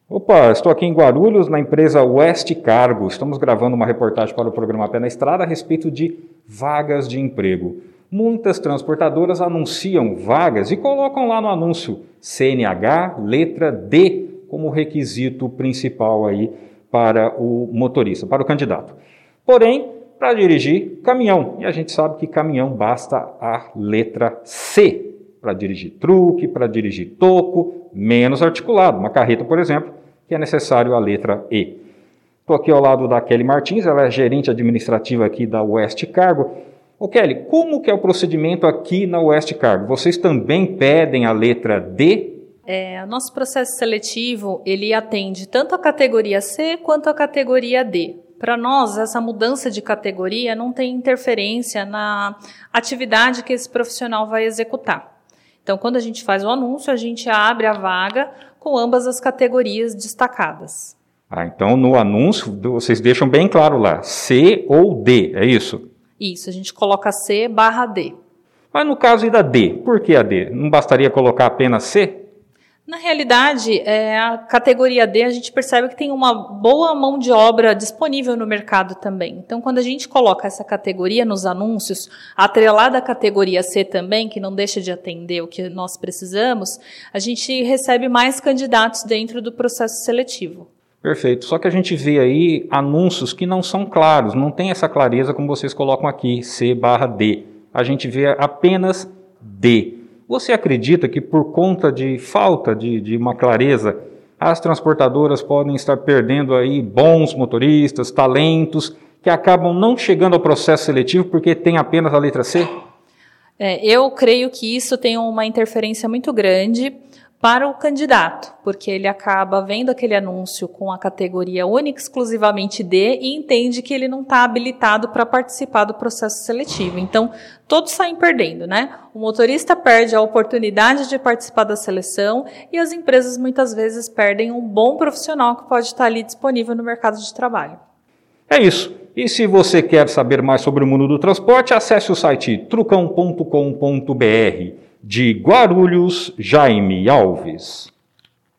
Opa, estou aqui em Guarulhos, na empresa West Cargo. Estamos gravando uma reportagem para o programa Pé na Estrada a respeito de vagas de emprego. Muitas transportadoras anunciam vagas e colocam lá no anúncio CNH, letra D, como requisito principal aí para o motorista, para o candidato. Porém, para dirigir caminhão, e a gente sabe que caminhão basta a letra C, para dirigir truque, para dirigir toco, menos articulado, uma carreta, por exemplo, que é necessário a letra E. Estou aqui ao lado da Kelly Martins, ela é gerente administrativa aqui da West Cargo. Ô Kelly, como que é o procedimento aqui na West Cargo? Vocês também pedem a letra D? O nosso processo seletivo, ele atende tanto a categoria C quanto a categoria D. Para nós, essa mudança de categoria não tem interferência na atividade que esse profissional vai executar. Então, quando a gente faz o anúncio, a gente abre a vaga com ambas as categorias destacadas. Então no anúncio vocês deixam bem claro lá, C ou D, é isso? Isso, a gente coloca C/D. Mas no caso da D, por que a D? Não bastaria colocar apenas C? Na realidade, a categoria D, a gente percebe que tem uma boa mão de obra disponível no mercado também. Então, quando a gente coloca essa categoria nos anúncios, atrelada à categoria C também, que não deixa de atender o que nós precisamos, a gente recebe mais candidatos dentro do processo seletivo. Perfeito. Só que a gente vê aí anúncios que não são claros, não tem essa clareza como vocês colocam aqui, C/D. A gente vê apenas D. Você acredita que por conta de falta de uma clareza, as transportadoras podem estar perdendo aí bons motoristas, talentos, que acabam não chegando ao processo seletivo porque tem apenas a letra C? Eu creio que isso tem uma interferência muito grande para o candidato, porque ele acaba vendo aquele anúncio com a categoria única, exclusivamente D, e entende que ele não está habilitado para participar do processo seletivo. Então, todos saem perdendo, né? O motorista perde a oportunidade de participar da seleção e as empresas muitas vezes perdem um bom profissional que pode estar ali disponível no mercado de trabalho. É isso. E se você quer saber mais sobre o mundo do transporte, acesse o site trucão.com.br. De Guarulhos, Jaime Alves.